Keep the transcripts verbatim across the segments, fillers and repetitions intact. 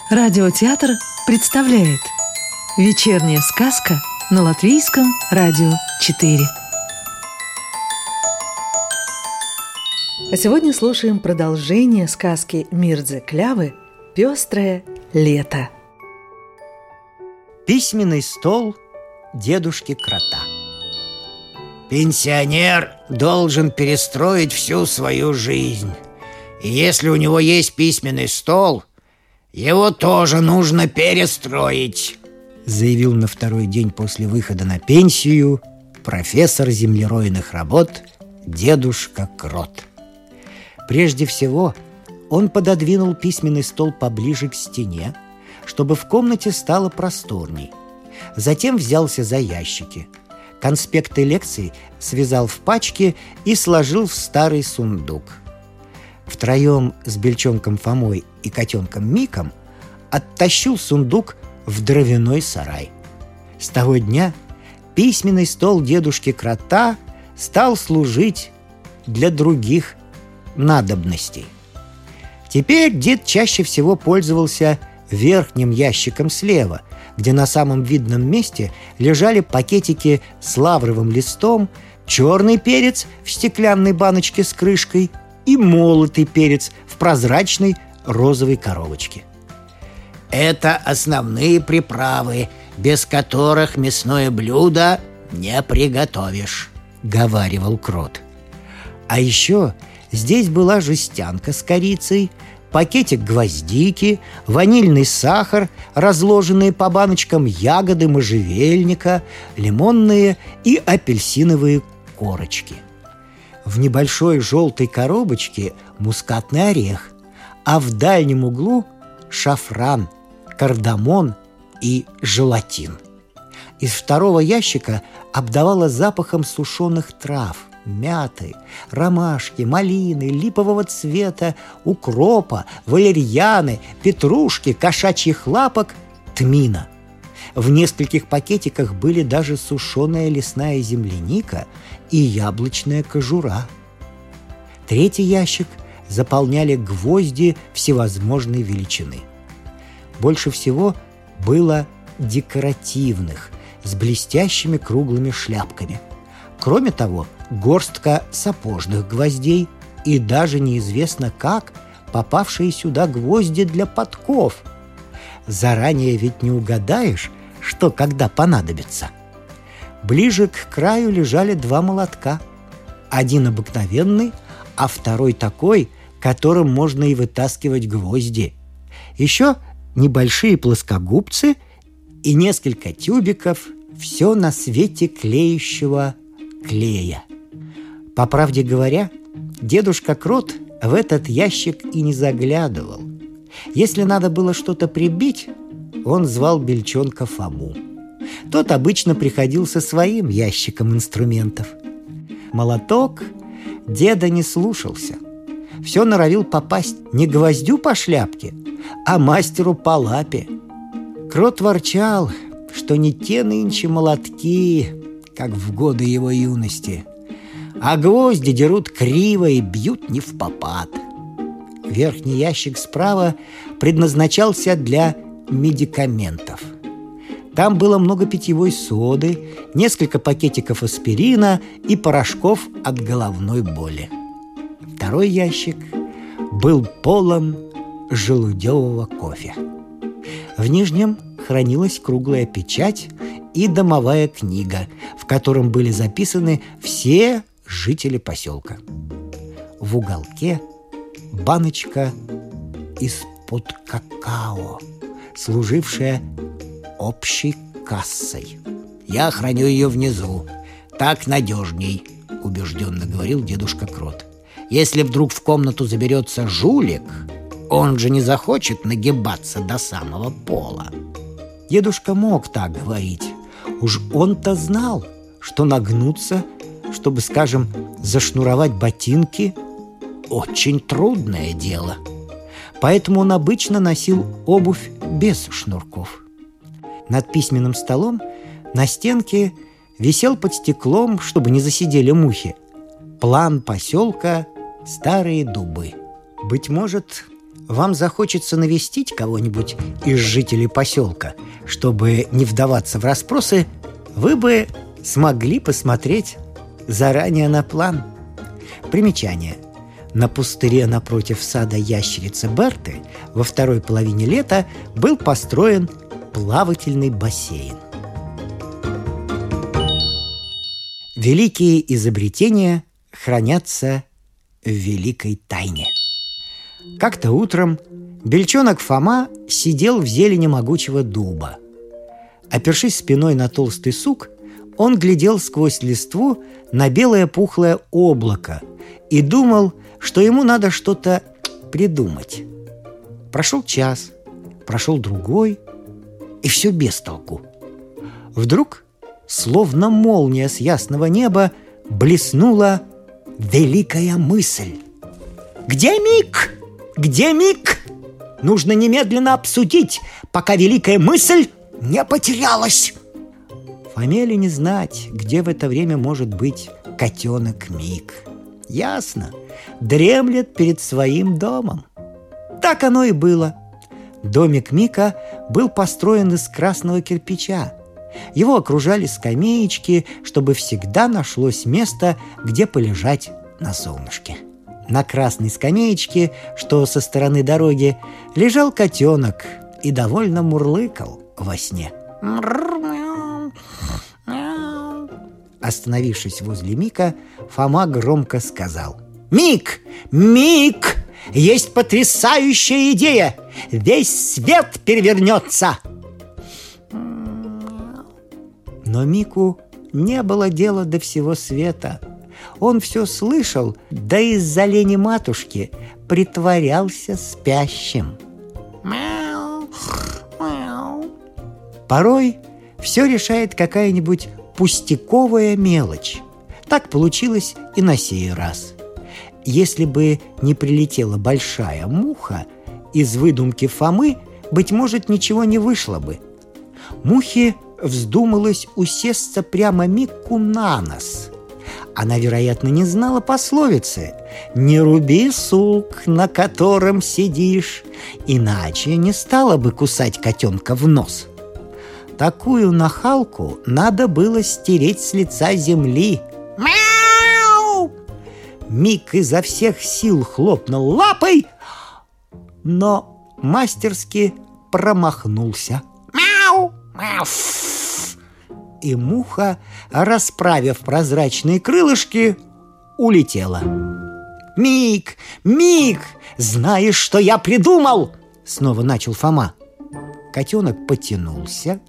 Радиотеатр представляет «Вечерняя сказка» на Латвийском радио четыре. А сегодня слушаем продолжение сказки Мирдзе Клявы «Пестрое лето». Письменный стол дедушки Крота. Пенсионер должен перестроить всю свою жизнь. И если у него есть письменный стол, его тоже нужно перестроить, заявил на второй день после выхода на пенсию профессор землеройных работ дедушка Крот. Прежде всего, он пододвинул письменный стол поближе к стене, чтобы в комнате стало просторней. Затем взялся за ящики. Конспекты лекций связал в пачки и сложил в старый сундук. Втроем с бельчонком Фомой и котенком Миком оттащил сундук в дровяной сарай. С того дня письменный стол дедушки Крота стал служить для других надобностей. Теперь дед чаще всего пользовался верхним ящиком слева, где на самом видном месте лежали пакетики с лавровым листом, черный перец в стеклянной баночке с крышкой и молотый перец в прозрачной розовой коробочке. Это основные приправы, без которых мясное блюдо не приготовишь, говаривал Крот. А еще здесь была жестянка с корицей, пакетик гвоздики, ванильный сахар, разложенные по баночкам ягоды можжевельника, лимонные и апельсиновые корочки. В небольшой желтой коробочке мускатный орех, а в дальнем углу шафран, кардамон и желатин. Из второго ящика обдавало запахом сушеных трав, мяты, ромашки, малины, липового цвета, укропа, валерьяны, петрушки, кошачьих лапок, тмина. В нескольких пакетиках были даже сушеная лесная земляника и яблочная кожура. Третий ящик заполняли гвозди всевозможной величины. Больше всего было декоративных, с блестящими круглыми шляпками. Кроме того, горстка сапожных гвоздей и даже неизвестно как попавшие сюда гвозди для подков. Заранее ведь не угадаешь, что когда понадобится. Ближе к краю лежали два молотка. Один обыкновенный, а второй такой, которым можно и вытаскивать гвозди. Еще небольшие плоскогубцы и несколько тюбиков, все на свете клеющего клея. По правде говоря, дедушка Крот в этот ящик и не заглядывал. Если надо было что-то прибить, он звал бельчонка Фому. Тот обычно приходил со своим ящиком инструментов. Молоток деда не слушался. Все норовил попасть не гвоздю по шляпке, а мастеру по лапе. Крот ворчал, что не те нынче молотки, как в годы его юности, а гвозди дерут криво и бьют не впопад. Верхний ящик справа предназначался для медикаментов. Там было много питьевой соды, несколько пакетиков аспирина и порошков от головной боли. Второй ящик был полон желудевого кофе. В нижнем хранилась круглая печать и домовая книга, в котором были записаны все жители поселка. В уголке баночка из-под какао, служившая общей кассой. «Я храню ее внизу, так надежней», — убежденно говорил дедушка Крот. «Если вдруг в комнату заберется жулик, он же не захочет нагибаться до самого пола». Дедушка мог так говорить. Уж он-то знал, что нагнуться, чтобы, скажем, зашнуровать ботинки, очень трудное дело. Поэтому он обычно носил обувь без шнурков. Над письменным столом на стенке висел под стеклом, чтобы не засидели мухи, план поселка «Старые дубы». Быть может, вам захочется навестить кого-нибудь из жителей поселка, чтобы не вдаваться в расспросы, вы бы смогли посмотреть заранее на план. Примечание. На пустыре напротив сада ящерицы Берты во второй половине лета был построен плавательный бассейн. Великие изобретения хранятся в великой тайне. Как-то утром бельчонок Фома сидел в зелени могучего дуба. Опершись спиной на толстый сук, он глядел сквозь листву на белое пухлое облако и думал, что ему надо что-то придумать. Прошел час, прошел другой, и все без толку. Вдруг, словно молния с ясного неба, блеснула великая мысль. «Где Мик? Где Мик? Нужно немедленно обсудить, пока великая мысль не потерялась!» Фоме ли не знать, где в это время может быть котенок Мик? Ясно, дремлет перед своим домом. Так оно и было. Домик Мика был построен из красного кирпича. Его окружали скамеечки, чтобы всегда нашлось место, где полежать на солнышке. На красной скамеечке, что со стороны дороги, лежал котенок и довольно мурлыкал во сне. Остановившись возле Мика, Фома громко сказал: «Мик! Мик! Есть потрясающая идея! Весь свет перевернется!» Но Мику не было дела до всего света. Он все слышал, да из-за лени матушки притворялся спящим. Порой все решает какая-нибудь пустяковая мелочь. Так получилось и на сей раз. Если бы не прилетела большая муха, из выдумки Фомы, быть может, ничего не вышло бы. Мухе вздумалось усесться прямо Мику на нос. Она, вероятно, не знала пословицы «Не руби сук, на котором сидишь», иначе не стала бы кусать котенка в нос. Такую нахалку надо было стереть с лица земли. «Мяу!» Мик изо всех сил хлопнул лапой, но мастерски промахнулся. «Мяу! Мяу!» И муха, расправив прозрачные крылышки, улетела. «Мик! Мик! Знаешь, что я придумал?» Снова начал Фома. Котенок потянулся,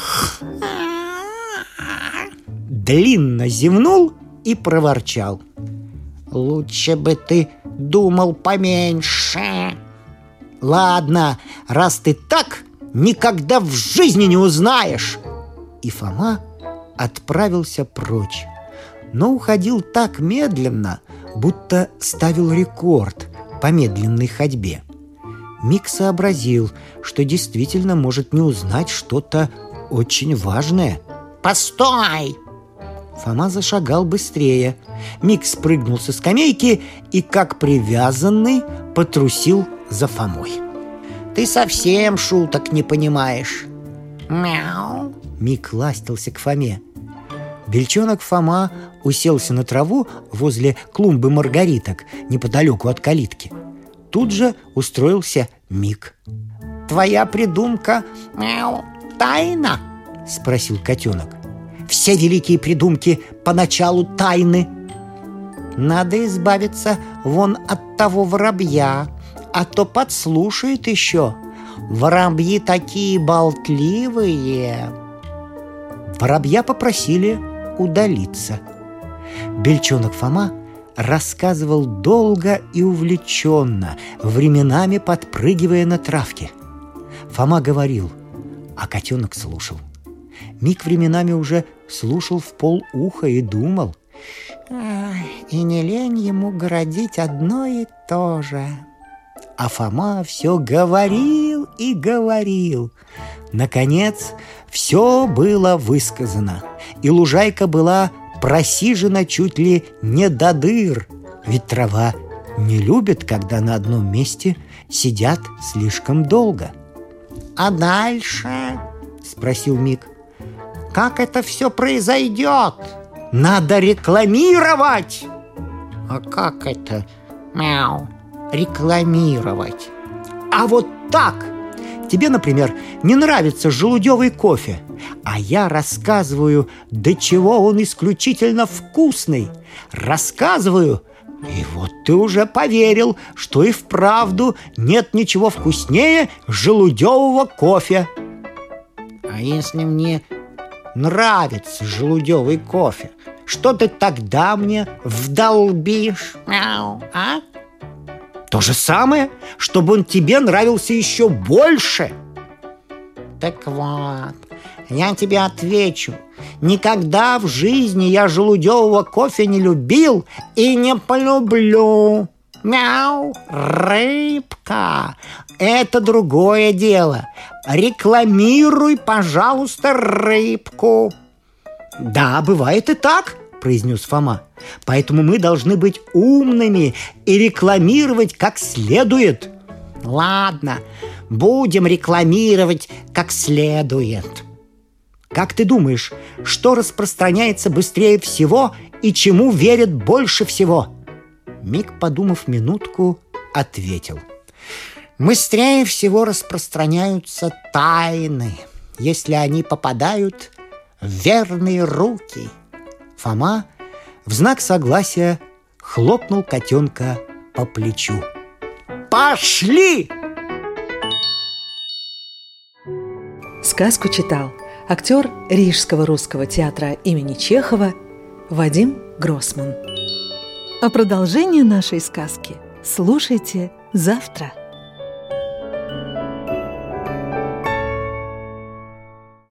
длинно зевнул и проворчал: «Лучше бы ты думал поменьше». «Ладно, раз ты так, никогда в жизни не узнаешь!» И Фома отправился прочь, но уходил так медленно, будто ставил рекорд по медленной ходьбе. Мик сообразил, что действительно может не узнать что-то очень важное. «Постой!» Фома зашагал быстрее. Мик спрыгнул со скамейки и, как привязанный, потрусил за Фомой. «Ты совсем шуток не понимаешь!» «Мяу!» Мик ластился к Фоме. Бельчонок Фома уселся на траву возле клумбы маргариток неподалеку от калитки. Тут же устроился Мик. «Твоя придумка, мяу, тайна?» — спросил котенок. «Все великие придумки поначалу тайны». «Надо избавиться вон от того воробья, а то подслушает еще. Воробьи такие болтливые». Воробья попросили удалиться. Бельчонок Фома рассказывал долго и увлеченно, временами подпрыгивая на травке. Фома говорил, а котенок слушал. Мик временами уже слушал в полуха и думал: «И не лень ему городить одно и то же». А Фома все говорил и говорил. Наконец, все было высказано, и лужайка была просижена чуть ли не до дыр, ведь трава не любят, когда на одном месте сидят слишком долго. «А дальше?» – спросил Мик. «Как это все произойдет?» «Надо рекламировать!» «А как это, мяу, рекламировать?» «А вот так! Тебе, например, не нравится желудевый кофе, а я рассказываю, до чего он исключительно вкусный. Рассказываю, и вот ты уже поверил, что и вправду нет ничего вкуснее желудевого кофе». «А если мне нравится желудевый кофе, что ты тогда мне вдолбишь, мяу, а?» То же самое, чтобы он тебе нравился еще больше. Так вот, я тебе отвечу. Никогда в жизни я желудевого кофе не любил и не полюблю. Мяу, рыбка, это другое дело. Рекламируй, пожалуйста, рыбку. Да, бывает и так, произнес Фома. Поэтому мы должны быть умными и рекламировать как следует. Ладно, будем рекламировать как следует. Как ты думаешь, что распространяется быстрее всего и чему верят больше всего? Мик, подумав минутку, ответил. Быстрее всего распространяются тайны, если они попадают в верные руки. Фома в знак согласия хлопнул котенка по плечу. «Пошли!» Сказку читал актер Рижского русского театра имени Чехова Вадим Гроссман. А продолжение нашей сказки слушайте завтра.